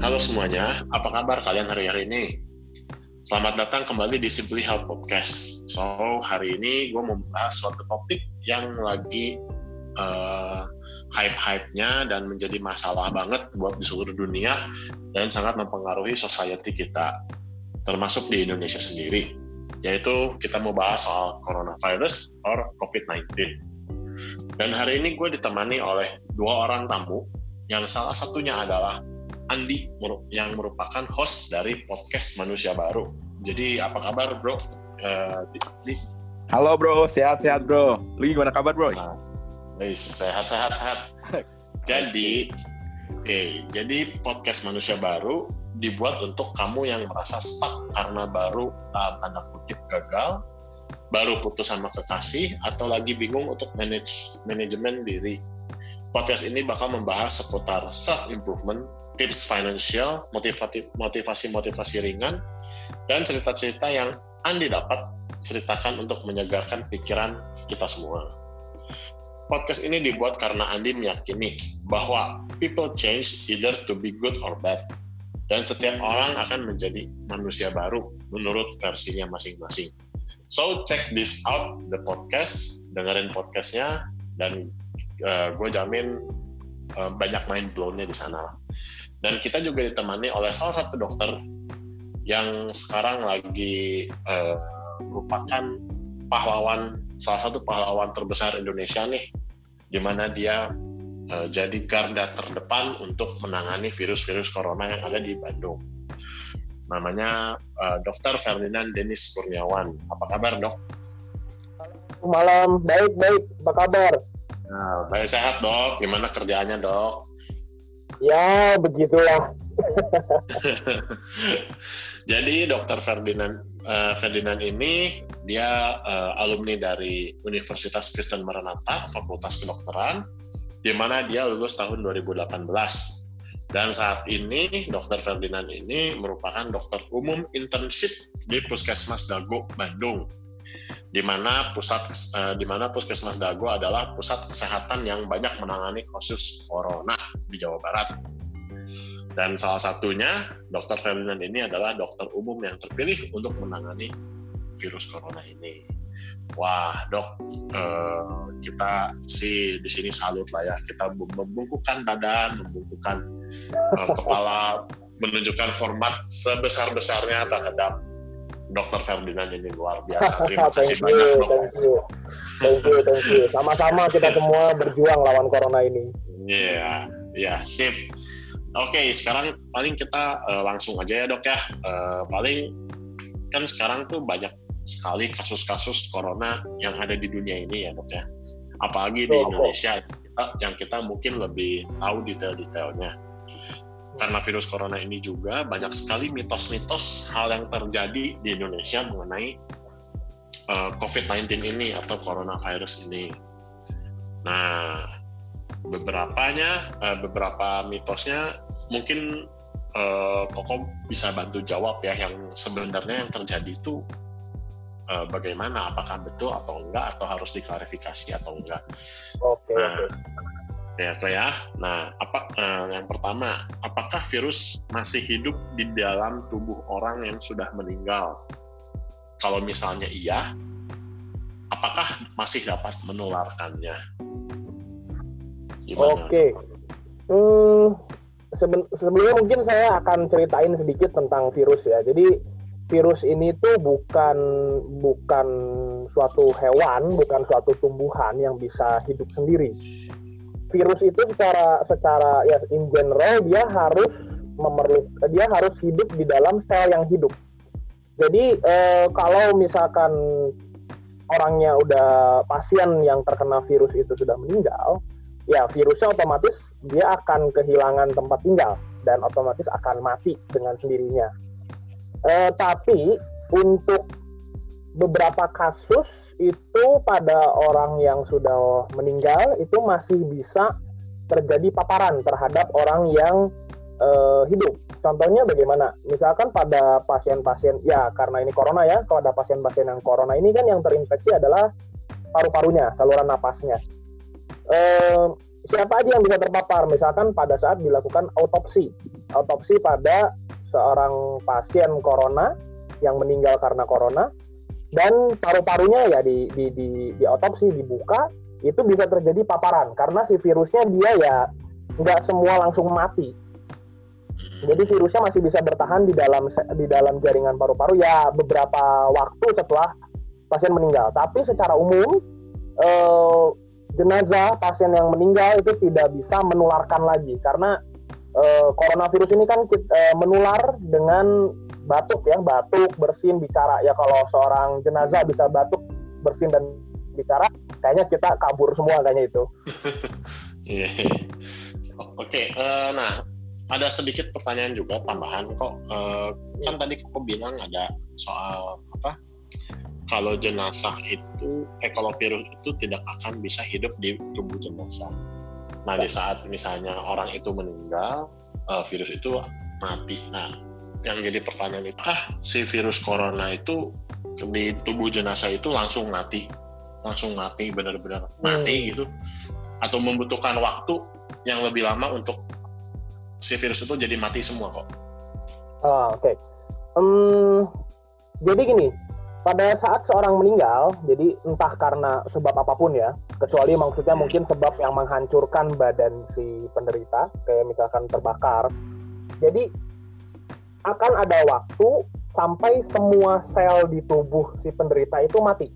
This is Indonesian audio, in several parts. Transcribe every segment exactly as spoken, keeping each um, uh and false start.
Halo semuanya, apa kabar kalian hari-hari ini? Selamat datang kembali di Simply Health Podcast. So, hari ini gue mau bahas suatu topik yang lagi uh, hype-hype-nya dan menjadi masalah banget buat di seluruh dunia dan sangat mempengaruhi society kita, termasuk di Indonesia sendiri. Yaitu kita mau bahas soal coronavirus or covid sembilan belas. Dan hari ini gue ditemani oleh dua orang tamu yang salah satunya adalah Andi yang merupakan host dari podcast Manusia Baru. Jadi apa kabar bro? Uh, di, di... Halo bro, sehat-sehat bro. Lu gimana kabar bro? Nah, sehat-sehat sehat. Jadi, oke, okay, jadi podcast Manusia Baru dibuat untuk kamu yang merasa stuck karena baru dalam tanda kutip gagal, baru putus sama kekasih, atau lagi bingung untuk manage manajemen diri. Podcast ini bakal membahas seputar self-improvement, tips financial, motivasi-motivasi ringan, dan cerita-cerita yang Andi dapat ceritakan untuk menyegarkan pikiran kita semua. Podcast ini dibuat karena Andi meyakini bahwa people change either to be good or bad, dan setiap orang akan menjadi manusia baru menurut versinya masing-masing. So check this out, the podcast, dengerin podcastnya, dan uh, gue jamin uh, banyak mind blown-nya di sana. Dan kita juga ditemani oleh salah satu dokter yang sekarang lagi uh, merupakan pahlawan, salah satu pahlawan terbesar Indonesia nih, di mana dia uh, jadi garda terdepan untuk menangani virus-virus corona yang ada di Bandung. Namanya uh, dokter Ferdinand Dennis Kurniawan. Apa kabar dok? Malam, baik-baik. Apa kabar? Nah, baik sehat dok. Gimana kerjaannya dok? Ya, begitulah. Jadi dokter Ferdinand uh, Ferdinand ini dia uh, alumni dari Universitas Kristen Maranatha, Fakultas Kedokteran, di mana dia lulus tahun dua ribu delapan belas. Dan saat ini dokter Ferdinand ini merupakan dokter umum internship di Puskesmas Dago, Bandung, di mana pusat uh, di mana Puskesmas Dago adalah pusat kesehatan yang banyak menangani kasus corona di Jawa Barat. Dan salah satunya dokter Ferdinand ini adalah dokter umum yang terpilih untuk menangani virus corona ini. Wah dok, uh, kita sih di sini salut lah ya. Kita membungkukkan badan, membungkukkan uh, kepala, menunjukkan hormat sebesar-besarnya terhadap dokter Ferdinand ini. Luar biasa. Terima kasih banyak dok. Thank you, thank you, thank you. Sama-sama kita semua berjuang lawan corona ini. Iya, yeah, iya yeah, sip. Oke, okay, sekarang paling kita uh, langsung aja ya dok ya. Uh, paling kan sekarang tuh banyak sekali kasus-kasus corona yang ada di dunia ini ya dok ya. Apalagi di Indonesia kita, yang kita mungkin lebih tahu detail-detailnya. Karena virus corona ini juga banyak sekali mitos-mitos hal yang terjadi di Indonesia mengenai uh, covid sembilan belas ini atau coronavirus ini. Nah, beberapanya, uh, beberapa mitosnya mungkin uh, Koko bisa bantu jawab ya, yang sebenarnya yang terjadi itu uh, bagaimana, apakah betul atau enggak, atau harus diklarifikasi atau enggak. Oke. Nah, ya, ya. Nah, apa uh, yang pertama, apakah virus masih hidup di dalam tubuh orang yang sudah meninggal? Kalau misalnya iya, apakah masih dapat menularkannya? Gimana? Oke. Hmm, seben- sebelumnya mungkin saya akan ceritain sedikit tentang virus ya. Jadi virus ini tuh bukan bukan suatu hewan, bukan suatu tumbuhan yang bisa hidup sendiri. Virus itu secara secara ya in general dia harus memerlukan dia harus hidup di dalam sel yang hidup. Jadi eh, kalau misalkan orangnya udah pasien yang terkena virus itu sudah meninggal, ya virusnya otomatis dia akan kehilangan tempat tinggal dan otomatis akan mati dengan sendirinya. Eh, tapi untuk beberapa kasus itu pada orang yang sudah meninggal itu masih bisa terjadi paparan terhadap orang yang eh, hidup. Contohnya bagaimana? Misalkan pada pasien-pasien, ya karena ini corona ya, kalau ada pasien-pasien yang corona ini kan yang terinfeksi adalah paru-parunya, saluran napasnya. Eh, siapa aja yang bisa terpapar? Misalkan pada saat dilakukan autopsi. autopsi pada seorang pasien corona yang meninggal karena corona, dan paru-parunya ya di, di, di, di autopsi, dibuka, itu bisa terjadi paparan karena si virusnya dia ya nggak semua langsung mati. Jadi virusnya masih bisa bertahan di dalam di dalam jaringan paru-paru ya beberapa waktu setelah pasien meninggal. Tapi secara umum eh, jenazah pasien yang meninggal itu tidak bisa menularkan lagi karena eh, coronavirus ini kan eh, menular dengan batuk ya, batuk, bersin, bicara. Ya kalau seorang jenazah bisa batuk, bersin dan bicara, kayaknya kita kabur semua kayaknya itu. Iya. Oke, uh, nah ada sedikit pertanyaan juga tambahan kok. Uh, kan tadi kok bilang ada soal apa? Kalau jenazah itu, eh kalau virus itu tidak akan bisa hidup di tubuh jenazah. Nah di saat misalnya orang itu meninggal, uh, virus itu mati. Nah yang jadi pertanyaan itu, apakah si virus corona itu di tubuh jenazah itu langsung mati, langsung mati benar-benar mati hmm. gitu, atau membutuhkan waktu yang lebih lama untuk si virus itu jadi mati semua kok? Oh, Oke, okay. um, jadi gini, pada saat seorang meninggal, jadi entah karena sebab apapun ya, kecuali maksudnya hmm. mungkin sebab yang menghancurkan badan si penderita, kayak misalkan terbakar, jadi akan ada waktu sampai semua sel di tubuh si penderita itu mati.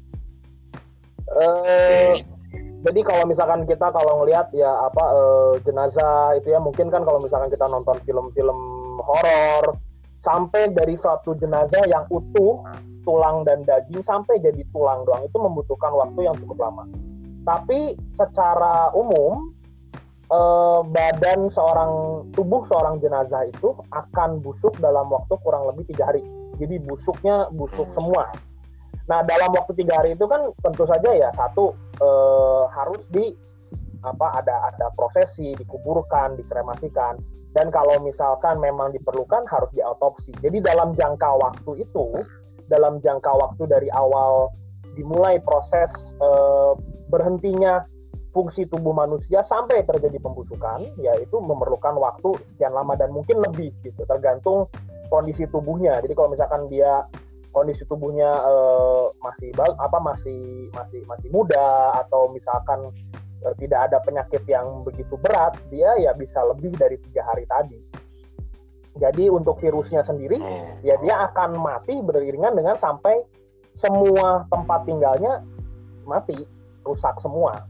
Uh, jadi kalau misalkan kita kalau ngelihat ya apa uh, jenazah itu ya, mungkin kan kalau misalkan kita nonton film-film horor, sampai dari suatu jenazah yang utuh tulang dan daging sampai jadi tulang doang itu membutuhkan waktu yang cukup lama. Tapi secara umum eh, badan seorang tubuh seorang jenazah itu akan busuk dalam waktu kurang lebih tiga hari. Jadi busuknya busuk semua. Nah dalam waktu tiga hari itu kan tentu saja ya satu eh, harus di apa ada ada prosesi, dikuburkan, dikremasikan, dan kalau misalkan memang diperlukan harus diautopsi. Jadi dalam jangka waktu itu, dalam jangka waktu dari awal dimulai proses eh, berhentinya fungsi tubuh manusia sampai terjadi pembusukan, yaitu memerlukan waktu sekian lama dan mungkin lebih gitu, tergantung kondisi tubuhnya. Jadi kalau misalkan dia kondisi tubuhnya eh, masih apa masih masih masih muda atau misalkan eh, tidak ada penyakit yang begitu berat, dia ya bisa lebih dari tiga hari tadi. Jadi untuk virusnya sendiri, ya dia akan mati beriringan dengan sampai semua tempat tinggalnya mati, rusak semua.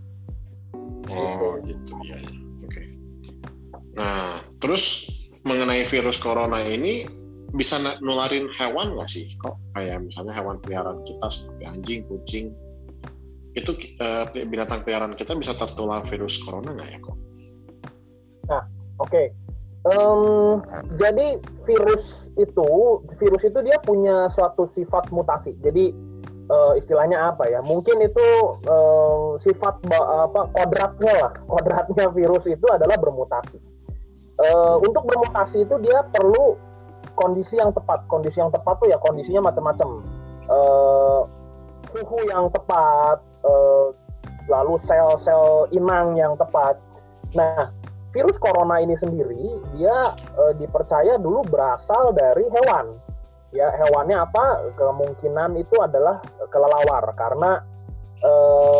Oh gitu ya, ya. Oke. Okay. Nah terus mengenai virus corona ini bisa nularin hewan nggak sih? Kok kayak misalnya hewan peliharaan kita seperti anjing, kucing, itu uh, binatang peliharaan kita bisa tertular virus corona nggak ya kok? Nah oke. Okay. Um, jadi virus itu, virus itu dia punya suatu sifat mutasi. Jadi uh, istilahnya apa ya? Mungkin itu uh, sifat apa? Kodratnya lah. Kodratnya virus itu adalah bermutasi. Uh, untuk bermutasi itu dia perlu kondisi yang tepat. Kondisi yang tepat tuh ya kondisinya macam-macam. Uh, suhu yang tepat, uh, lalu sel-sel inang yang tepat. Nah. Virus corona ini sendiri dia e, dipercaya dulu berasal dari hewan. Ya, hewannya apa? Kemungkinan itu adalah kelelawar karena e,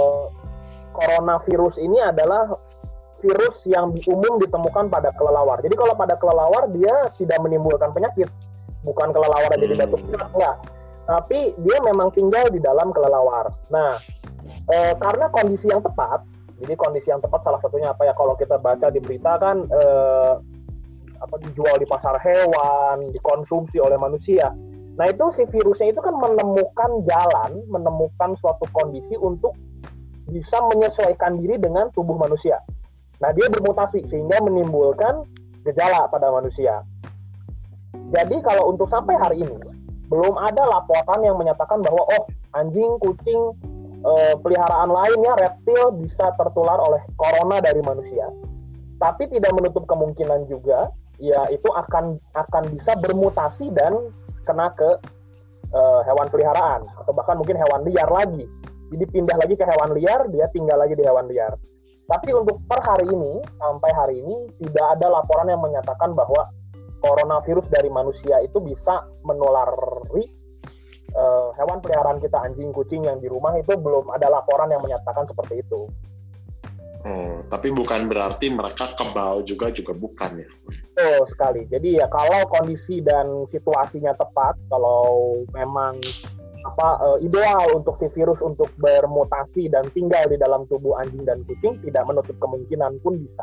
coronavirus ini adalah virus yang umum ditemukan pada kelelawar. Jadi kalau pada kelelawar dia tidak menimbulkan penyakit. Bukan kelelawar jadi batuk pilek, enggak. Tapi dia memang tinggal di dalam kelelawar. Nah, e, karena kondisi yang tepat, jadi kondisi yang tepat salah satunya apa ya, kalau kita baca di berita kan eh, apa dijual di pasar hewan, dikonsumsi oleh manusia. Nah itu si virusnya itu kan menemukan jalan, menemukan suatu kondisi untuk bisa menyesuaikan diri dengan tubuh manusia. Nah dia bermutasi sehingga menimbulkan gejala pada manusia. Jadi kalau untuk sampai hari ini belum ada laporan yang menyatakan bahwa oh anjing, kucing, Uh, peliharaan lainnya reptil bisa tertular oleh corona dari manusia, tapi tidak menutup kemungkinan juga ya itu akan akan bisa bermutasi dan kena ke uh, hewan peliharaan atau bahkan mungkin hewan liar lagi. Jadi pindah lagi ke hewan liar, dia tinggal lagi di hewan liar. Tapi untuk per hari ini sampai hari ini tidak ada laporan yang menyatakan bahwa coronavirus dari manusia itu bisa menulari uh, hewan peliharaan kita, anjing, kucing yang di rumah, itu belum ada laporan yang menyatakan seperti itu. Oh, tapi bukan berarti mereka kebal juga juga bukan ya? Betul sekali. Jadi ya kalau kondisi dan situasinya tepat, kalau memang apa uh, ideal untuk si virus untuk bermutasi dan tinggal di dalam tubuh anjing dan kucing, tidak menutup kemungkinan pun bisa.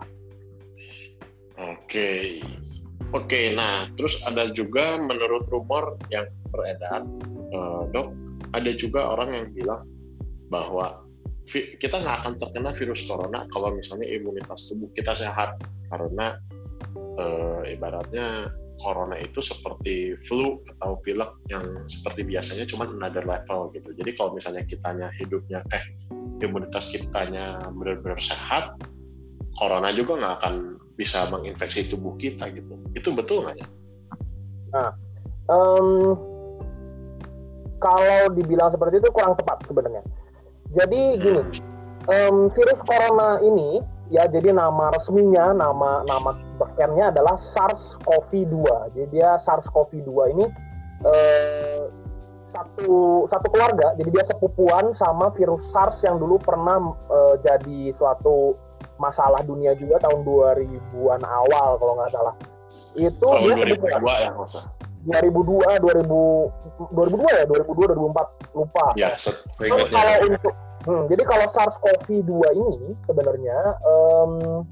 Oke, oke. Nah, terus ada juga menurut rumor yang beredar, uh, dok, ada juga orang yang bilang bahwa vi- kita nggak akan terkena virus corona kalau misalnya imunitas tubuh kita sehat, karena uh, ibaratnya corona itu seperti flu atau pilek yang seperti biasanya, cuma another level gitu. Jadi kalau misalnya kitanya hidupnya, eh imunitas kitanya benar-benar sehat, corona juga nggak akan bisa menginfeksi tubuh kita gitu. Itu betul nggak ya? Nah, um, kalau dibilang seperti itu kurang tepat sebenarnya. Jadi gini, um, virus corona ini ya, jadi nama resminya, nama nama bekennya adalah SARS-CoV dua. Jadi dia SARS-CoV dua ini eh, satu satu keluarga. Jadi dia sepupuan sama virus SARS yang dulu pernah eh, jadi suatu masalah dunia juga tahun dua ribuan awal kalau nggak salah. Itu tahun dia dua ribu dua sepupuan. ya masa? dua ribu dua, dua ribu, dua ribu dua ya, dua ribu dua, dua ribu empat, lupa. Ya, Jadi kalau untuk Hmm, jadi kalau SARS-CoV dua ini sebenarnya um,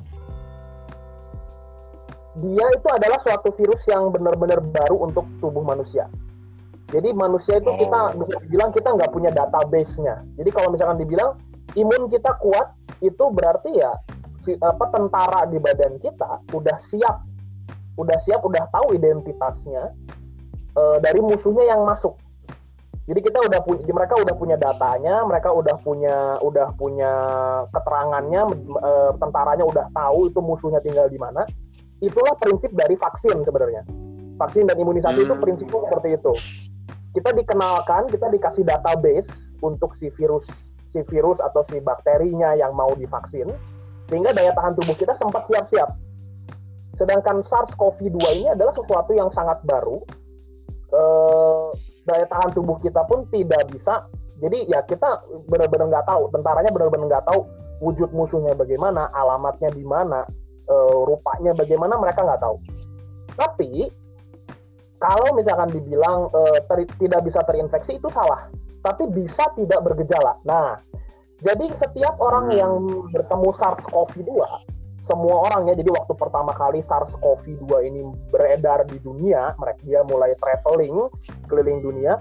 dia itu adalah suatu virus yang benar-benar baru untuk tubuh manusia. Jadi manusia itu kita bisa dibilang kita nggak punya database-nya. Jadi kalau misalkan dibilang imun kita kuat, itu berarti ya si, apa tentara di badan kita udah siap, udah siap, udah tahu identitasnya uh, dari musuhnya yang masuk. Jadi kita udah punya, mereka udah punya datanya, mereka udah punya, udah punya keterangannya, e, tentaranya udah tahu itu musuhnya tinggal di mana. Itulah prinsip dari vaksin sebenarnya. Vaksin dan imunisasi hmm. itu prinsipnya seperti itu. Kita dikenalkan, kita dikasih database untuk si virus, si virus atau si bakterinya yang mau divaksin, sehingga daya tahan tubuh kita sempat siap-siap. Sedangkan SARS-CoV dua ini adalah sesuatu yang sangat baru. E, daya tahan tubuh kita pun tidak bisa, jadi ya kita benar-benar nggak tahu, tentaranya benar-benar nggak tahu wujud musuhnya bagaimana, alamatnya di mana, e, rupanya bagaimana, mereka nggak tahu. Tapi kalau misalkan dibilang e, ter, tidak bisa terinfeksi, itu salah, tapi bisa tidak bergejala. Nah, jadi setiap orang yang bertemu SARS-CoV dua, semua orang ya, jadi waktu pertama kali SARS-CoV dua ini beredar di dunia, mereka dia mulai traveling keliling dunia,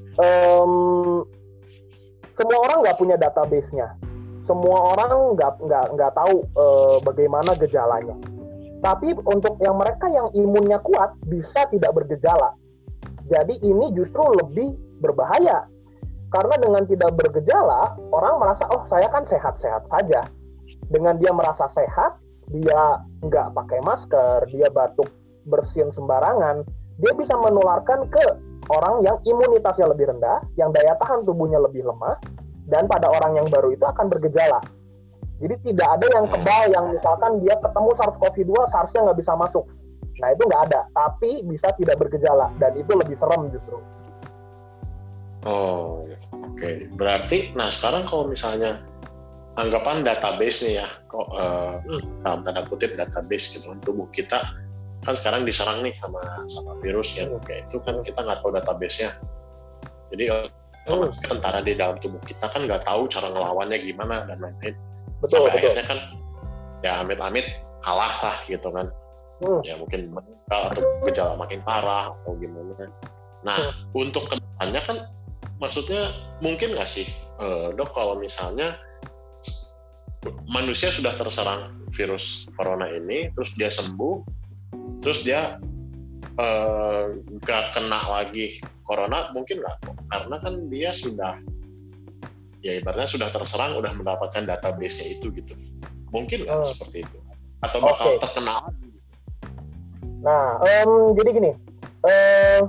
um, semua orang nggak punya database-nya, semua orang nggak nggak nggak tahu uh, bagaimana gejalanya. Tapi untuk yang mereka yang imunnya kuat bisa tidak bergejala. Jadi ini justru lebih berbahaya karena dengan tidak bergejala orang merasa oh saya kan sehat-sehat saja. Dengan dia merasa sehat, dia nggak pakai masker, dia batuk bersin sembarangan, dia bisa menularkan ke orang yang imunitasnya lebih rendah, yang daya tahan tubuhnya lebih lemah, dan pada orang yang baru itu akan bergejala. Jadi tidak ada yang kebal yang misalkan dia ketemu SARS-CoV dua, SARS-nya nggak bisa masuk. Nah itu nggak ada, tapi bisa tidak bergejala, dan itu lebih serem justru. Oh, oke. Okay. Berarti, nah sekarang kalau misalnya anggapan database nih ya, kok uh, dalam tanda kutip database gitu kan, tubuh kita kan sekarang diserang nih sama sama virus yang kayak itu kan kita nggak tahu database-nya. Jadi otomatis hmm. tentara di dalam tubuh kita kan nggak tahu cara ngelawannya gimana dan lain-lain. Betul, sampai betul. akhirnya kan ya amit-amit kalah lah gitu kan. Hmm. Ya mungkin meninggal atau gejala makin parah atau gimana. Nah hmm. untuk kedepannya kan maksudnya mungkin nggak sih uh, dok kalau misalnya manusia sudah terserang virus corona ini, terus dia sembuh, terus dia nggak uh, kena lagi corona, mungkin nggak kok? Karena kan dia sudah, ya ibaratnya sudah terserang, udah mendapatkan database-nya itu gitu. Mungkin nggak hmm. seperti itu? Atau bakal okay. terkena lagi? Nah, um, jadi gini, uh,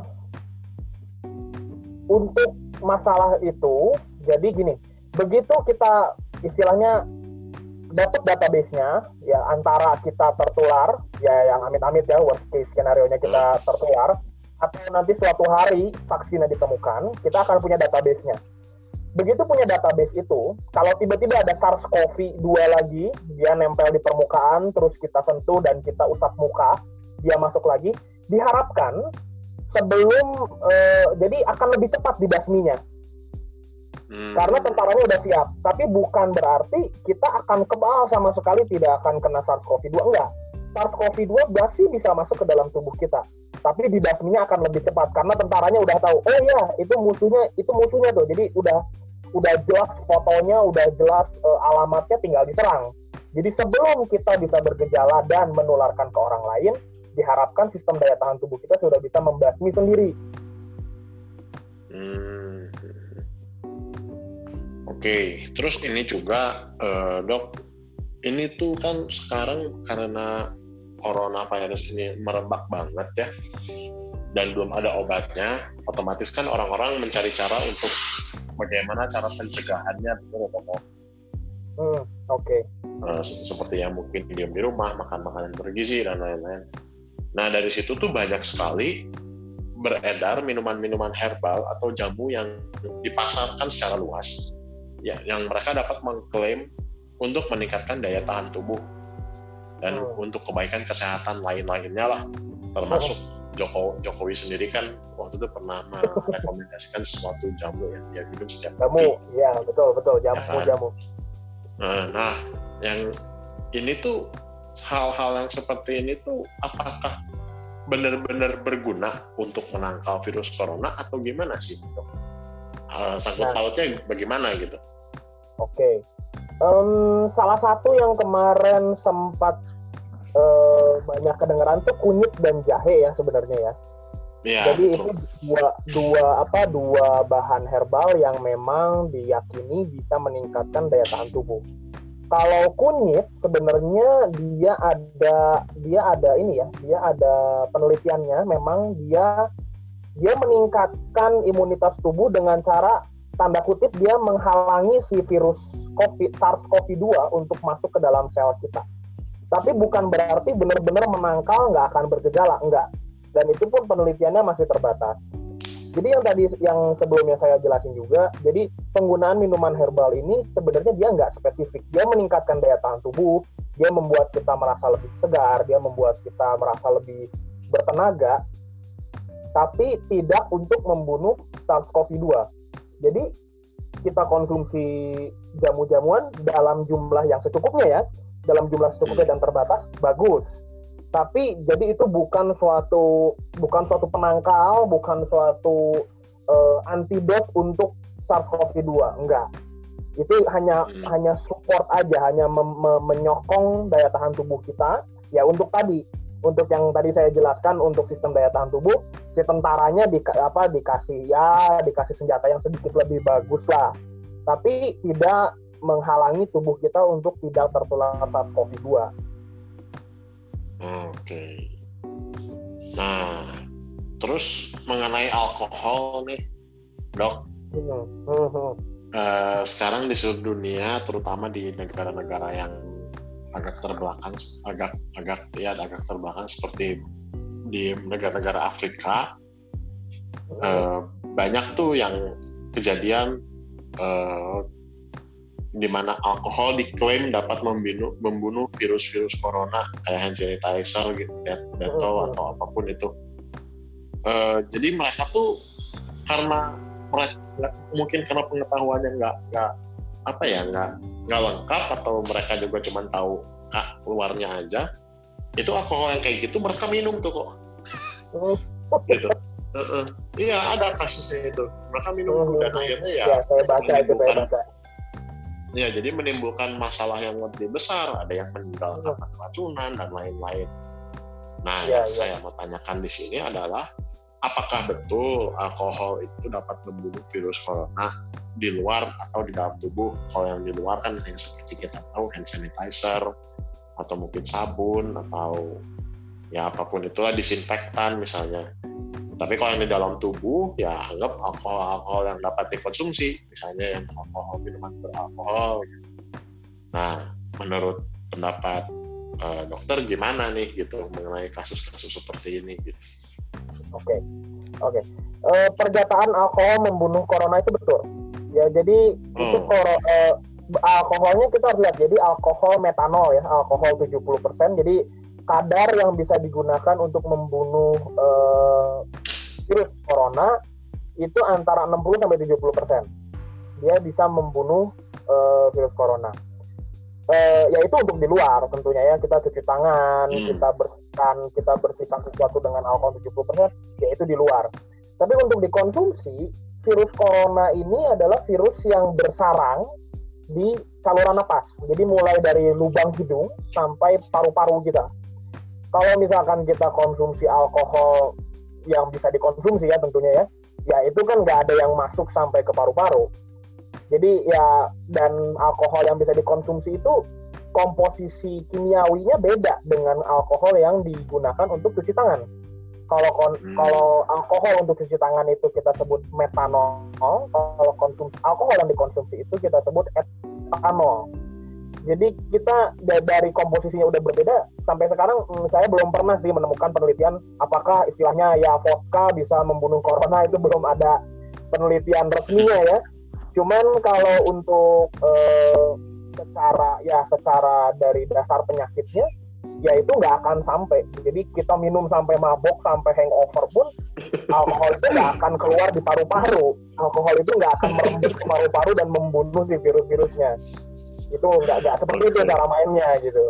untuk masalah itu, jadi gini, begitu kita istilahnya dapat database-nya, ya antara kita tertular, ya yang amit-amit ya, worst case skenario-nya kita tertular, atau nanti suatu hari vaksinnya ditemukan, kita akan punya database-nya. Begitu punya database itu, kalau tiba-tiba ada SARS-CoV dua lagi, dia nempel di permukaan, terus kita sentuh dan kita usap muka, dia masuk lagi, diharapkan sebelum, eh, jadi akan lebih cepat dibasminya. Hmm. Karena tentaranya udah siap. Tapi bukan berarti kita akan kebal sama sekali tidak akan kena SARS-CoV dua, enggak. SARS-CoV dua masih bisa masuk ke dalam tubuh kita. Tapi dibasminya akan lebih cepat karena tentaranya udah tahu, oh ya, itu musuhnya, itu musuhnya tuh. Jadi udah udah jelas fotonya, udah jelas uh, alamatnya, tinggal diserang. Jadi sebelum kita bisa bergejala dan menularkan ke orang lain, diharapkan sistem daya tahan tubuh kita sudah bisa membasmi sendiri. Hmm. Oke, okay. Terus ini juga uh, dok, ini tuh kan sekarang karena coronavirus ini merebak banget ya, dan belum ada obatnya, otomatis kan orang-orang mencari cara untuk bagaimana cara pencegahannya, betul atau Hmm, oke. Okay. Uh, seperti yang mungkin diam di rumah, makan makanan bergizi dan lain-lain. Nah dari situ tuh banyak sekali beredar minuman-minuman herbal atau jamu yang dipasarkan secara luas, ya, yang mereka dapat mengklaim untuk meningkatkan daya tahan tubuh dan hmm. untuk kebaikan kesehatan lain-lainnya lah, termasuk Joko, Jokowi sendiri kan waktu itu pernah merekomendasikan sesuatu jamu yang dia minum setiap jamu, iya betul betul jamu ya kan? jamu. Nah, nah, yang ini tuh hal-hal yang seperti ini tuh apakah benar-benar berguna untuk menangkal virus corona atau gimana sih? Uh, sangkut nah. pautnya bagaimana gitu? Oke. Okay. Um, salah satu yang kemarin sempat uh, banyak kedengeran tuh kunyit dan jahe ya sebenarnya ya. Ya Jadi betul. Itu dua, dua apa dua bahan herbal yang memang diyakini bisa meningkatkan daya tahan tubuh. Kalau kunyit sebenarnya dia ada dia ada ini ya, dia ada penelitiannya, memang dia dia meningkatkan imunitas tubuh dengan cara tanda kutip dia menghalangi si virus COVID, SARS-CoV dua untuk masuk ke dalam sel kita. Tapi bukan berarti benar-benar menangkal, nggak akan bergejala, enggak. Dan itu pun penelitiannya masih terbatas. Jadi yang tadi yang sebelumnya saya jelasin juga, jadi penggunaan minuman herbal ini sebenarnya dia nggak spesifik. Dia meningkatkan daya tahan tubuh, dia membuat kita merasa lebih segar, dia membuat kita merasa lebih bertenaga, tapi tidak untuk membunuh SARS-CoV dua. Jadi kita konsumsi jamu-jamuan dalam jumlah yang secukupnya ya, dalam jumlah secukupnya dan terbatas, bagus. Tapi jadi itu bukan suatu bukan suatu penangkal, bukan suatu uh, antidot untuk SARS-CoV dua, enggak. Itu hanya hmm. hanya support aja, hanya mem- mem- menyokong daya tahan tubuh kita. Ya untuk tadi, untuk yang tadi saya jelaskan untuk sistem daya tahan tubuh, si tentaranya di apa dikasih ya dikasih senjata yang sedikit lebih bagus lah. Tapi tidak menghalangi tubuh kita untuk tidak tertular SARS-CoV dua. Oke. Nah, terus mengenai alkohol nih, dok. Hmm. Hmm. Uh, sekarang di seluruh dunia, terutama di negara-negara yang agak terbelakang, agak agak ya agak terbelakang seperti di negara-negara Afrika, hmm. uh, banyak tuh yang kejadian uh, di mana alkohol diklaim dapat membunuh, membunuh virus-virus corona kayak hand sanitizer gitu, Dettol atau apapun itu. Uh, jadi mereka tuh karena mereka mungkin karena pengetahuannya nggak nggak apa ya nggak nggak lengkap atau mereka juga cuma tahu ah, luarnya aja, itu alkohol yang kayak gitu mereka minum tuh kok. gitu. Uh-uh. Iya ada kasusnya itu, mereka minum dan akhirnya ya. Ya saya baca itu saya baca. Ya, jadi menimbulkan masalah yang lebih besar, ada yang meninggal karena keracunan dan lain-lain. Nah, ya, yang ya. saya mau tanyakan di sini adalah, apakah betul alkohol itu dapat membunuh virus corona di luar atau di dalam tubuh? Kalau yang di luar kan yang seperti kita tahu hand sanitizer atau mungkin sabun atau ya apapun itulah, disinfektan misalnya. Tapi kalau yang di dalam tubuh, ya anggap alkohol-alkohol yang dapat dikonsumsi, misalnya yang alkohol, minuman beralkohol. Nah, menurut pendapat uh, dokter gimana nih gitu mengenai kasus-kasus seperti ini gitu. Oke, oke. Uh, pernyataan alkohol membunuh corona itu betul. Ya, jadi hmm. itu koro, uh, alkoholnya kita harus lihat. Jadi alkohol metanol ya, alkohol tujuh puluh persen. Jadi kadar yang bisa digunakan untuk membunuh uh, virus corona itu antara enam puluh sampai tujuh puluh persen. Dia bisa membunuh uh, virus corona. Uh, ya itu untuk di luar tentunya ya, kita cuci tangan, hmm. kita bersihkan, kita bersihkan sesuatu dengan alkohol tujuh puluh persen, ya itu di luar. Tapi untuk dikonsumsi, virus corona ini adalah virus yang bersarang di saluran napas. Jadi mulai dari lubang hidung sampai paru-paru kita. Kalau misalkan kita konsumsi alkohol yang bisa dikonsumsi ya tentunya ya, ya itu kan nggak ada yang masuk sampai ke paru-paru. Jadi ya, dan alkohol yang bisa dikonsumsi itu komposisi kimiawinya beda dengan alkohol yang digunakan untuk cuci tangan. Kalau kon- hmm. kalau alkohol untuk cuci tangan itu kita sebut metanol, kalau konsumsi alkohol yang dikonsumsi itu kita sebut etanol. Jadi kita dari komposisinya udah berbeda. Sampai sekarang saya belum pernah sih menemukan penelitian apakah istilahnya ya vodka bisa membunuh corona, itu belum ada penelitian resminya ya. Cuman kalau untuk eh, secara ya secara dari dasar penyakitnya, ya itu nggak akan sampai. Jadi kita minum sampai mabok, sampai hangover pun, alkohol itu nggak akan keluar di paru-paru. Alkohol itu nggak akan merembes ke paru-paru dan membunuh si virus-virusnya. Itu nggak nggak seperti itu cara mainnya gitu.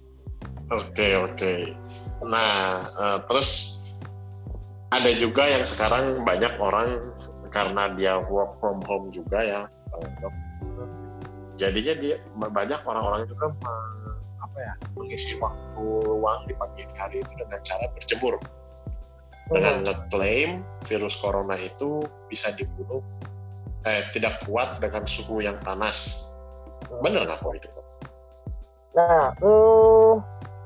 Oke oke. Nah uh, terus ada juga yang sekarang banyak orang karena dia work from home juga ya, dok. Jadinya dia banyak orang-orang juga meng, apa ya mengisi waktu luang di pagi hari itu dengan cara berjemur, dengan ngeklaim virus corona itu bisa dibunuh, eh, tidak kuat dengan suhu yang panas. Benar nggak kok itu? Nah, hmm,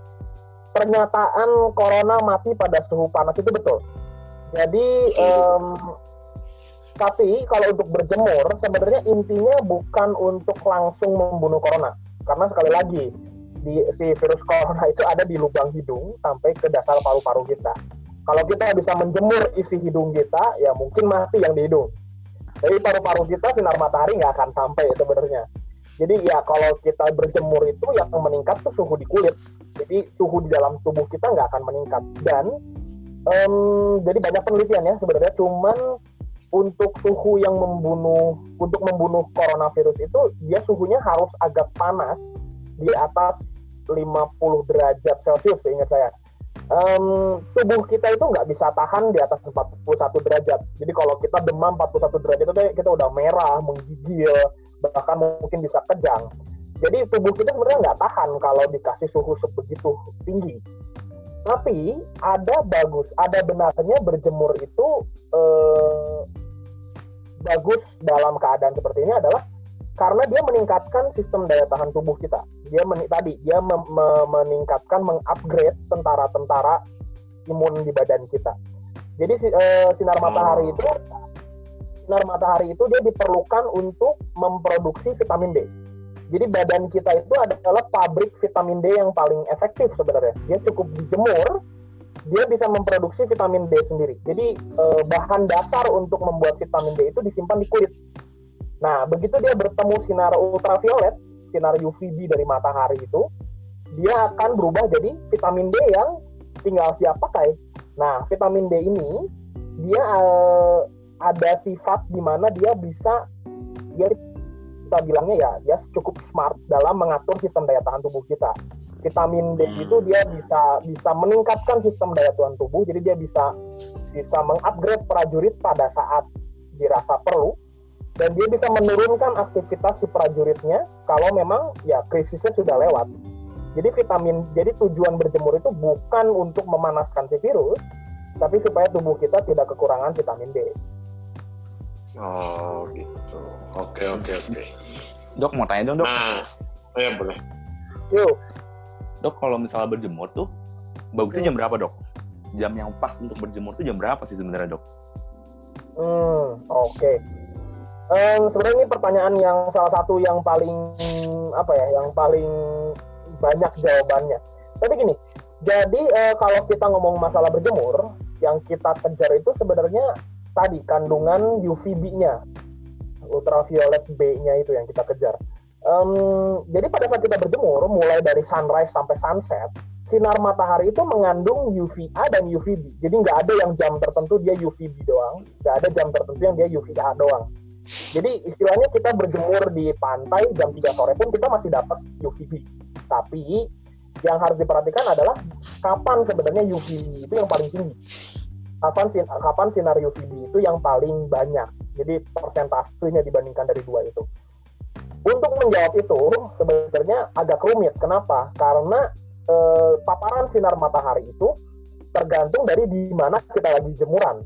pernyataan corona mati pada suhu panas itu betul. Jadi um, tapi kalau untuk berjemur, sebenarnya intinya bukan untuk langsung membunuh corona. Karena sekali lagi, di, si virus corona itu ada di lubang hidung sampai ke dasar paru-paru kita. Kalau kita bisa menjemur isi hidung kita, ya mungkin mati yang di hidung. Jadi paru-paru kita sinar matahari nggak akan sampai sebenarnya. Jadi ya kalau kita berjemur itu yang meningkat tuh suhu di kulit. Jadi suhu di dalam tubuh kita nggak akan meningkat. Dan um, jadi banyak penelitian ya sebenarnya, cuman untuk suhu yang membunuh, untuk membunuh coronavirus itu, dia suhunya harus agak panas, di atas lima puluh derajat Celcius, seingat saya. Um, tubuh kita itu nggak bisa tahan di atas empat puluh satu derajat. Jadi kalau kita demam empat puluh satu derajat itu kita udah merah, menggigil, bahkan mungkin bisa kejang. Jadi tubuh kita sebenarnya nggak tahan kalau dikasih suhu sebegitu tinggi. Tapi ada bagus, ada benarnya berjemur itu eh, bagus dalam keadaan seperti ini adalah karena dia meningkatkan sistem daya tahan tubuh kita. Dia men, tadi dia mem, me, meningkatkan, mengupgrade tentara-tentara imun di badan kita. Jadi eh, sinar matahari itu, sinar matahari itu dia diperlukan untuk memproduksi vitamin D. Jadi badan kita itu adalah pabrik vitamin D yang paling efektif sebenarnya. Dia cukup dijemur, dia bisa memproduksi vitamin D sendiri. Jadi eh, bahan dasar untuk membuat vitamin D itu disimpan di kulit. Nah, begitu dia bertemu sinar ultraviolet, sinar U V B dari matahari itu, dia akan berubah jadi vitamin D yang tinggal siap pakai. Nah, vitamin D ini dia eh, ada sifat di mana dia bisa dia kita bilangnya ya dia cukup smart dalam mengatur sistem daya tahan tubuh kita. Vitamin D itu dia bisa bisa meningkatkan sistem daya tahan tubuh, jadi dia bisa bisa mengupgrade prajurit pada saat dirasa perlu, dan dia bisa menurunkan aktivitas si prajuritnya kalau memang ya krisisnya sudah lewat. Jadi vitamin, jadi tujuan berjemur itu bukan untuk memanaskan si virus, tapi supaya tubuh kita tidak kekurangan vitamin D. Oh gitu. Oke oke oke. Dok mau tanya dong dok. Nah, oh ya boleh. Yuk. Dok kalau misalnya berjemur tuh bagusnya jam berapa dok? Jam yang pas untuk berjemur tuh jam berapa sih sebenarnya dok? Hmm oke. Okay. Um, sebenarnya ini pertanyaan yang salah satu yang paling apa ya, yang paling banyak jawabannya. Tapi gini, jadi eh, kalau kita ngomong masalah berjemur, yang kita kejar itu sebenarnya tadi kandungan U V B-nya, ultraviolet B-nya itu yang kita kejar. Um, jadi pada saat kita berjemur, mulai dari sunrise sampai sunset, sinar matahari itu mengandung U V A dan U V B. Jadi nggak ada yang jam tertentu dia U V B doang, nggak ada jam tertentu yang dia U V A doang. Jadi istilahnya kita berjemur di pantai jam tiga sore pun kita masih dapat U V B. Tapi yang harus diperhatikan adalah kapan sebenarnya U V B itu yang paling tinggi. Kapan, kapan sinar U V B itu yang paling banyak. Jadi persentasenya dibandingkan dari dua itu. Untuk menjawab itu sebenarnya agak rumit. Kenapa? Karena eh, paparan sinar matahari itu tergantung dari di mana kita lagi jemuran.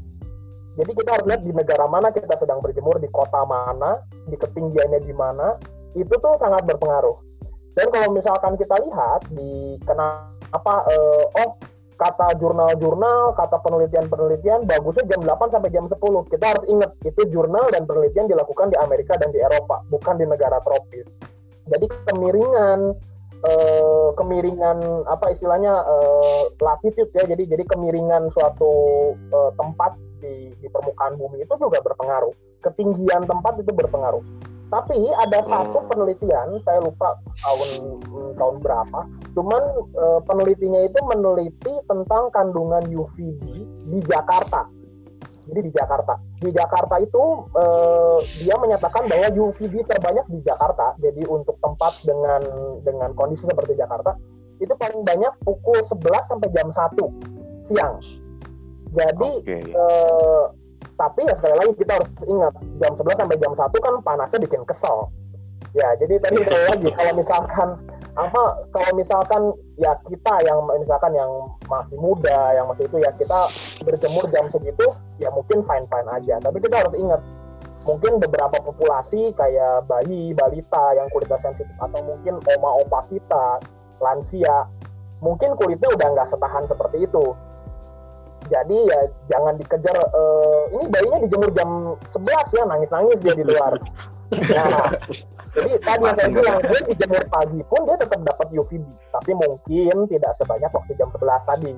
Jadi kita harus lihat di negara mana kita sedang berjemur, di kota mana, di ketinggiannya di mana, itu tuh sangat berpengaruh. Dan kalau misalkan kita lihat di kenapa eh, oh kata jurnal-jurnal, kata penelitian-penelitian bagusnya jam delapan sampai jam sepuluh. Kita harus ingat, itu jurnal dan penelitian dilakukan di Amerika dan di Eropa, bukan di negara tropis. Jadi kemiringan eh, kemiringan apa istilahnya eh, latitude ya. Jadi jadi kemiringan suatu eh, tempat di di permukaan bumi itu juga berpengaruh. Ketinggian tempat itu berpengaruh. Tapi ada satu penelitian, saya lupa tahun tahun berapa, cuman e, penelitinya itu meneliti tentang kandungan U V B di Jakarta. Jadi di Jakarta, di Jakarta itu e, dia menyatakan bahwa U V B terbanyak di Jakarta. Jadi untuk tempat dengan dengan kondisi seperti Jakarta itu paling banyak pukul sebelas sampai jam satu siang. Jadi okay. e, tapi ya sekali lagi kita harus ingat jam sebelas sampai jam satu kan panasnya bikin kesel. Ya, jadi tadi sekali lagi kalau misalkan apa kalau misalkan ya kita yang misalkan yang masih muda, yang masih itu ya kita berjemur jam segitu ya mungkin fine-fine aja. Tapi kita harus ingat mungkin beberapa populasi kayak bayi, balita yang kulitnya sensitif atau mungkin oma-opa kita, lansia, mungkin kulitnya udah nggak setahan seperti itu. Jadi ya jangan dikejar, uh, ini bayinya dijemur jam sebelas ya, nangis-nangis dia di luar. Nah, jadi tadi yang saya bilang, dia dijemur pagi pun dia tetap dapat U V B, tapi mungkin tidak sebanyak waktu jam sebelas tadi.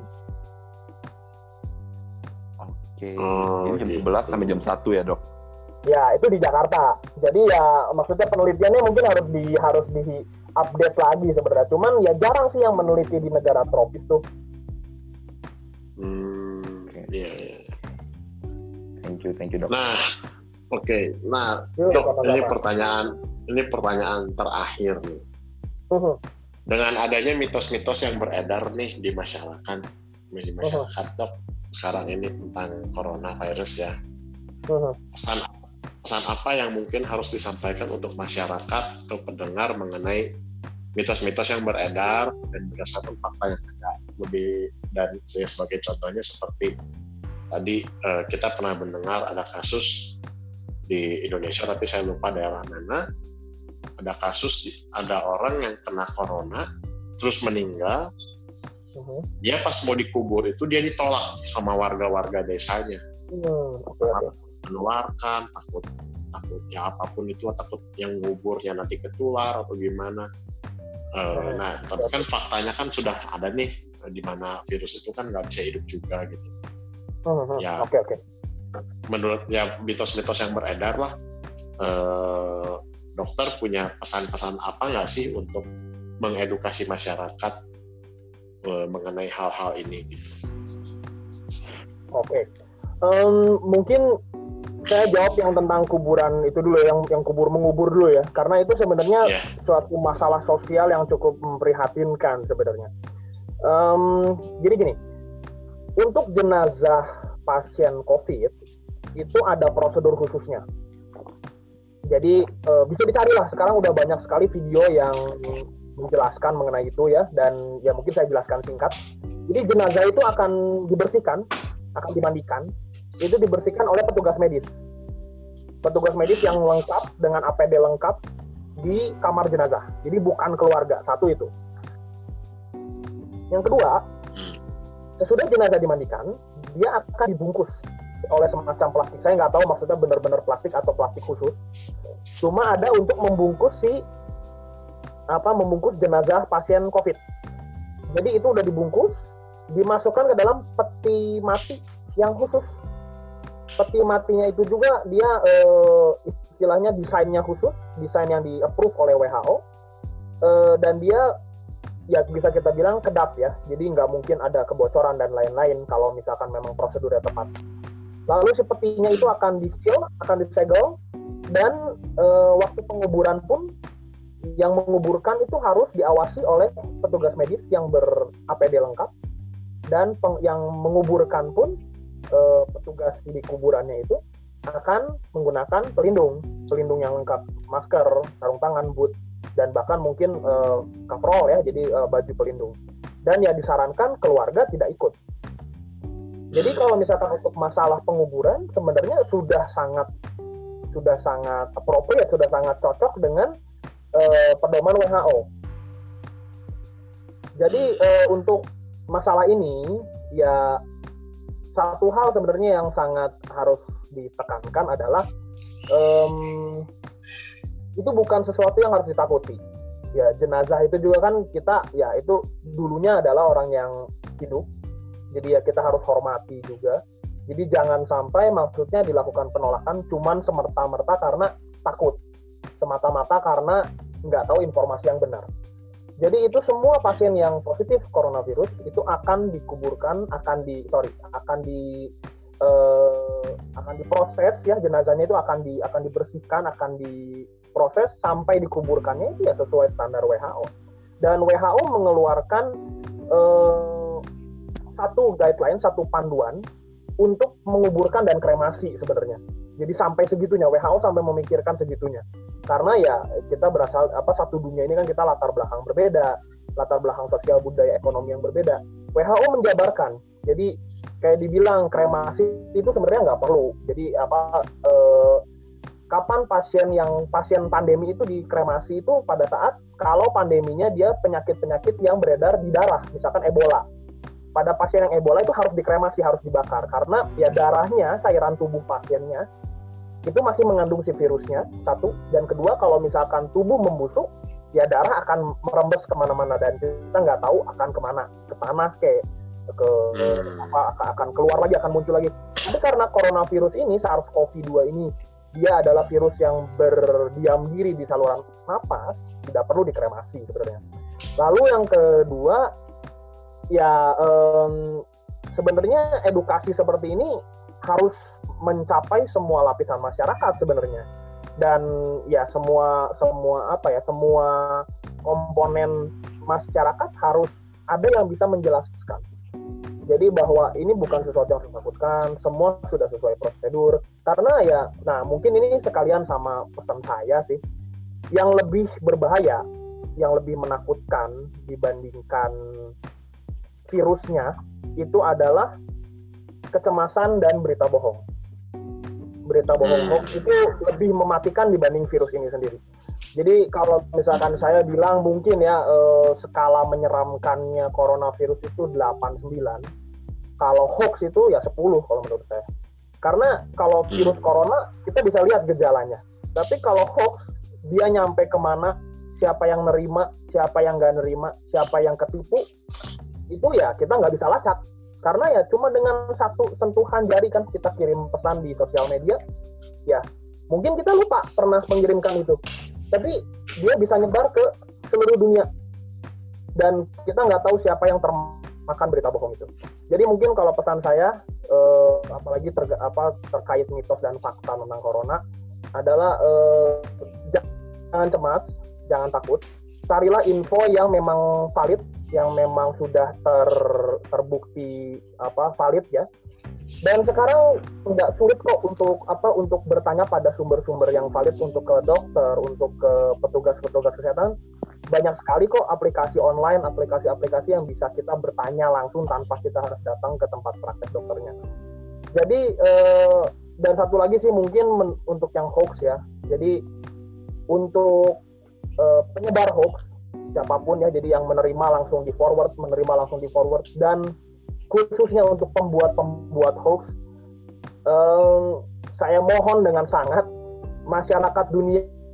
Oke, oh, jadi jam sebelas sampai jam satu ya dok? Ya, itu di Jakarta. Jadi ya maksudnya penelitiannya mungkin harus di harus di update lagi sebenarnya. Cuman ya jarang sih yang meneliti di negara tropis tuh. Hmm. Iya, yeah, yeah. Thank you, thank you dok. Nah, oke, okay. Nah Yuk, dok, apa-apa. ini pertanyaan, ini pertanyaan terakhir nih. Uh-huh. Dengan adanya mitos-mitos yang beredar nih di masyarakat, di masyarakat uh-huh. dok, sekarang ini tentang coronavirus ya. Uh-huh. Pesan, pesan apa yang mungkin harus disampaikan untuk masyarakat atau pendengar mengenai mitos-mitos yang beredar dan berdasarkan fakta yang ada? Lebih dan saya sebagai contohnya seperti tadi eh, kita pernah mendengar ada kasus di Indonesia tapi saya lupa daerah mana, ada kasus ada orang yang kena corona terus meninggal. Uh-huh. Dia pas mau dikubur itu dia ditolak sama warga-warga desanya. Uh, okay, okay. Menularkan, takut takut ya apapun itu, takut yang nguburnya nanti ketular atau gimana. Uh, nah, tapi kan faktanya kan sudah ada nih di mana virus itu kan nggak bisa hidup juga gitu. Uh-huh. Ya, oke okay, oke. Okay. Menurut ya mitos-mitos yang beredar lah, uh, dokter punya pesan-pesan apa nggak sih untuk mengedukasi masyarakat uh, mengenai hal-hal ini? Gitu. Oke, okay. um, mungkin saya jawab yang tentang kuburan itu dulu, yang yang kubur mengubur dulu ya, karena itu sebenarnya yeah. suatu masalah sosial yang cukup memprihatinkan sebenarnya. Um, jadi gini, untuk jenazah pasien COVID itu ada prosedur khususnya. Jadi uh, bisa dicari lah, sekarang udah banyak sekali video yang menjelaskan mengenai itu ya, dan ya mungkin saya jelaskan singkat. Jadi jenazah itu akan dibersihkan, akan dimandikan. Itu dibersihkan oleh petugas medis. Petugas medis yang lengkap dengan A P D lengkap di kamar jenazah. Jadi bukan keluarga, satu itu. Yang kedua, sesudah jenazah dimandikan, dia akan dibungkus oleh semacam plastik. Saya nggak tahu maksudnya benar-benar plastik atau plastik khusus. Cuma ada untuk membungkus si apa membungkus jenazah pasien COVID. Jadi itu udah dibungkus, dimasukkan ke dalam peti mati yang khusus. Peti matinya itu juga dia eh, istilahnya desainnya khusus, desain yang di-approve oleh W H O, eh, dan dia ya bisa kita bilang kedap ya, jadi nggak mungkin ada kebocoran dan lain-lain kalau misalkan memang prosedurnya tepat. Lalu si petinya itu akan di-seal, akan disegel, dan eh, waktu penguburan pun yang menguburkan itu harus diawasi oleh petugas medis yang ber-A P D lengkap, dan peng- yang menguburkan pun uh, petugas di kuburannya itu akan menggunakan pelindung, pelindung yang lengkap, masker, sarung tangan, boot, dan bahkan mungkin uh, coverall ya, jadi uh, baju pelindung. Dan ya disarankan keluarga tidak ikut. Jadi kalau misalkan untuk masalah penguburan sebenarnya sudah sangat sudah sangat appropriate, sudah sangat cocok dengan uh, pedoman W H O. Jadi uh, untuk masalah ini ya satu hal sebenarnya yang sangat harus ditekankan adalah um, itu bukan sesuatu yang harus ditakuti. Ya jenazah itu juga kan kita ya itu dulunya adalah orang yang hidup, jadi ya kita harus hormati juga. Jadi jangan sampai maksudnya dilakukan penolakan cuman semerta-merta karena takut, semata-mata karena nggak tahu informasi yang benar. Jadi itu semua pasien yang positif coronavirus itu akan dikuburkan, akan di sorry, akan di eh, akan diproses ya, jenazahnya itu akan di akan dibersihkan, akan diproses sampai dikuburkannya itu ya sesuai standar W H O. Dan W H O mengeluarkan eh, satu guideline, satu panduan untuk menguburkan dan kremasi sebenarnya. Jadi sampai segitunya, W H O sampai memikirkan segitunya. Karena ya kita berasal apa satu dunia ini kan kita latar belakang berbeda, latar belakang sosial budaya ekonomi yang berbeda. W H O menjabarkan, jadi kayak dibilang kremasi itu sebenarnya nggak perlu. Jadi apa eh, kapan pasien yang pasien pandemi itu dikremasi itu pada saat kalau pandeminya dia penyakit-penyakit yang beredar di darah, misalkan Ebola. Pada pasien yang Ebola itu harus dikremasi, harus dibakar karena ya darahnya, cairan tubuh pasiennya itu masih mengandung si virusnya, satu. Dan kedua, kalau misalkan tubuh membusuk, ya darah akan merembes kemana-mana dan kita nggak tahu akan kemana, ke tanah, ke ke hmm. apa akan keluar lagi, akan muncul lagi. Tapi karena coronavirus ini, SARS-CoV dua ini, dia adalah virus yang berdiam diri di saluran napas, tidak perlu dikremasi sebenarnya. Lalu yang kedua, ya um, sebenarnya edukasi seperti ini harus mencapai semua lapisan masyarakat sebenarnya, dan ya semua semua apa ya semua komponen masyarakat harus ada yang bisa menjelaskan. Jadi bahwa ini bukan sesuatu yang menakutkan, semua sudah sesuai prosedur. Karena ya, nah mungkin ini sekalian sama pesan saya sih, yang lebih berbahaya, yang lebih menakutkan dibandingkan virusnya itu adalah kecemasan dan berita bohong. Berita bohong hmm. hoax itu lebih mematikan dibanding virus ini sendiri. Jadi kalau misalkan saya bilang mungkin ya eh, skala menyeramkannya coronavirus itu delapan sembilan, kalau hoax itu ya sepuluh kalau menurut saya. Karena kalau virus hmm. corona kita bisa lihat gejalanya. Tapi kalau hoax dia nyampe kemana, siapa yang nerima, siapa yang nggak nerima, siapa yang ketipu, itu ya kita nggak bisa lacak. Karena ya cuma dengan satu sentuhan jari kan kita kirim pesan di sosial media, ya mungkin kita lupa pernah mengirimkan itu, tapi dia bisa nyebar ke seluruh dunia dan kita nggak tahu siapa yang termakan berita bohong itu. Jadi mungkin kalau pesan saya, eh, apalagi ter, apa, terkait mitos dan fakta tentang corona adalah eh, jangan cemas, jangan takut, carilah info yang memang valid, yang memang sudah ter, terbukti apa valid ya. Dan sekarang nggak sulit kok untuk apa untuk bertanya pada sumber-sumber yang valid, untuk ke dokter, untuk ke petugas-petugas kesehatan. Banyak sekali kok aplikasi online, aplikasi-aplikasi yang bisa kita bertanya langsung tanpa kita harus datang ke tempat praktek dokternya. Jadi eh, dan satu lagi sih mungkin men, untuk yang hoax ya. Jadi untuk eh, penyebar hoax siapapun ya, jadi yang menerima langsung di forward, menerima langsung di forward, dan khususnya untuk pembuat-pembuat hoax, eh, saya mohon dengan sangat masyarakat dunia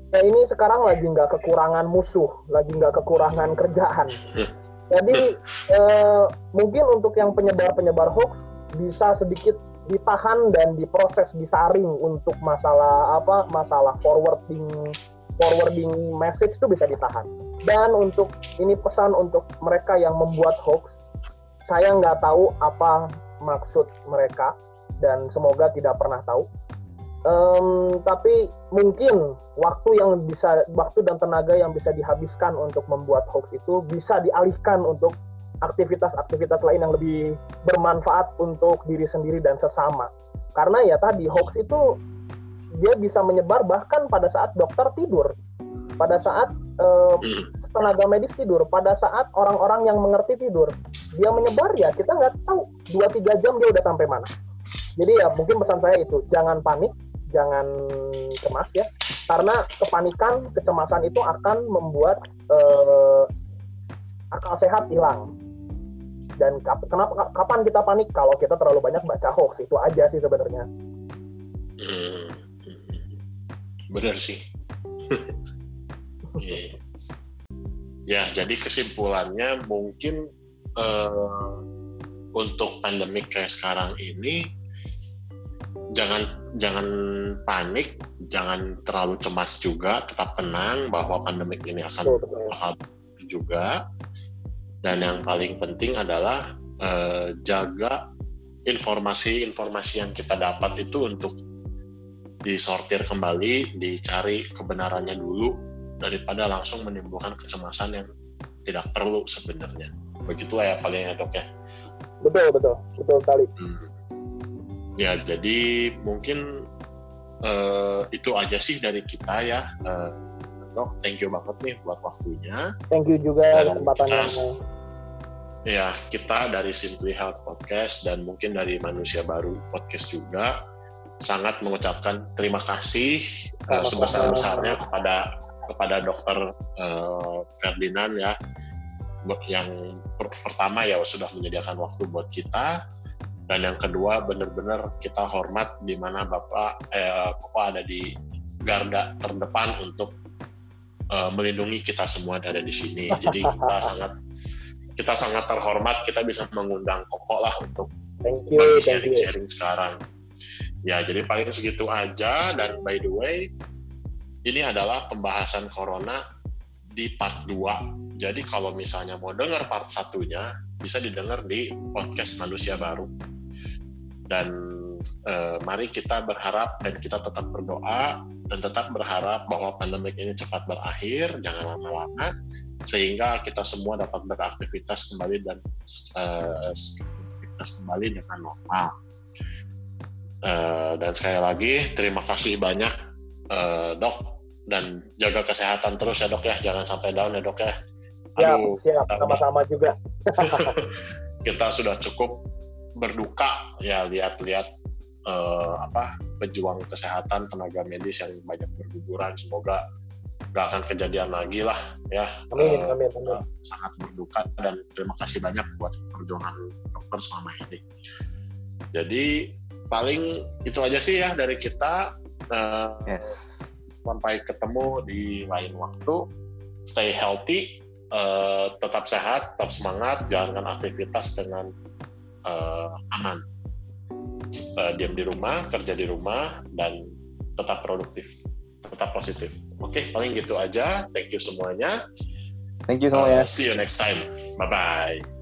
ya ini sekarang lagi nggak kekurangan musuh, lagi nggak kekurangan kerjaan. Jadi eh, mungkin untuk yang penyebar-penyebar hoax bisa sedikit ditahan dan diproses, disaring untuk masalah apa, masalah forwarding forwarding message itu bisa ditahan. Dan untuk ini pesan untuk mereka yang membuat hoax, saya nggak tahu apa maksud mereka dan semoga tidak pernah tahu. Um, tapi mungkin waktu yang bisa, waktu dan tenaga yang bisa dihabiskan untuk membuat hoax itu bisa dialihkan untuk aktivitas-aktivitas lain yang lebih bermanfaat untuk diri sendiri dan sesama. Karena ya tadi hoax itu dia bisa menyebar bahkan pada saat dokter tidur, pada saat uh, tenaga medis tidur, pada saat orang-orang yang mengerti tidur. Dia menyebar ya kita nggak tahu dua tiga jam dia udah sampai mana. Jadi ya mungkin pesan saya itu, jangan panik, jangan cemas ya, karena kepanikan, kecemasan itu akan membuat uh, akal sehat hilang. Dan kap- kenapa kapan kita panik? Kalau kita terlalu banyak baca hoax, itu aja sih sebenarnya. Hmm, benar sih. yeah. Ya, jadi kesimpulannya mungkin uh, untuk pandemik kayak sekarang ini, jangan jangan panik, jangan terlalu cemas juga, tetap tenang bahwa pandemik ini akan bakal juga. Dan yang paling penting adalah eh, jaga informasi-informasi yang kita dapat itu untuk disortir kembali, dicari kebenarannya dulu daripada langsung menimbulkan kecemasan yang tidak perlu sebenarnya. Begitulah ya paling ya dok ya. Betul betul betul sekali. Hmm. Ya, jadi mungkin uh, itu aja sih dari kita ya, uh, dok. Thank you banget nih buat waktunya. Thank you juga kesempatannya. Ya, kita dari Simply Health Podcast dan mungkin dari Manusia Baru Podcast juga sangat mengucapkan terima kasih uh, sebesar-besarnya kepada kepada Dokter uh, Ferdinand ya, yang per- pertama ya sudah menyediakan waktu buat kita. Dan yang kedua, benar-benar kita hormat di mana Bapak, eh, Bapak ada di garda terdepan untuk eh, melindungi kita semua ada di sini. Jadi kita sangat kita sangat terhormat, kita bisa mengundang Koko lah untuk thank you, bagi thank sharing-sharing sekarang. Ya, jadi paling segitu aja. Dan by the way, ini adalah pembahasan Corona di part dua. Jadi kalau misalnya mau dengar part satunya, bisa didengar di podcast Manusia Baru. Dan eh, mari kita berharap dan kita tetap berdoa dan tetap berharap bahwa pandemik ini cepat berakhir, jangan lama-lama, sehingga kita semua dapat beraktivitas kembali dan eh, aktivitas kembali dengan normal. Eh, dan sekali lagi terima kasih banyak eh, dok, dan jaga kesehatan terus ya dok ya, jangan sampai down ya dok ya. Aduh, siap, siap. Sama-sama juga. Kita sudah cukup berduka ya lihat-lihat uh, apa pejuang kesehatan, tenaga medis yang banyak berguguran. Semoga nggak akan kejadian lagi lah ya. Amin, uh, amin, amin. Sangat berduka dan terima kasih banyak buat perjuangan dokter selama ini. Jadi paling itu aja sih ya dari kita. Uh, yes. Sampai ketemu di lain waktu. Stay healthy, uh, tetap sehat, tetap semangat, jalankan aktivitas dengan Uh, aman, uh, diam di rumah, kerja di rumah, dan tetap produktif, tetap positif. Oke, okay, paling gitu aja. Thank you semuanya. Thank you semuanya. Uh, see you next time. Bye bye.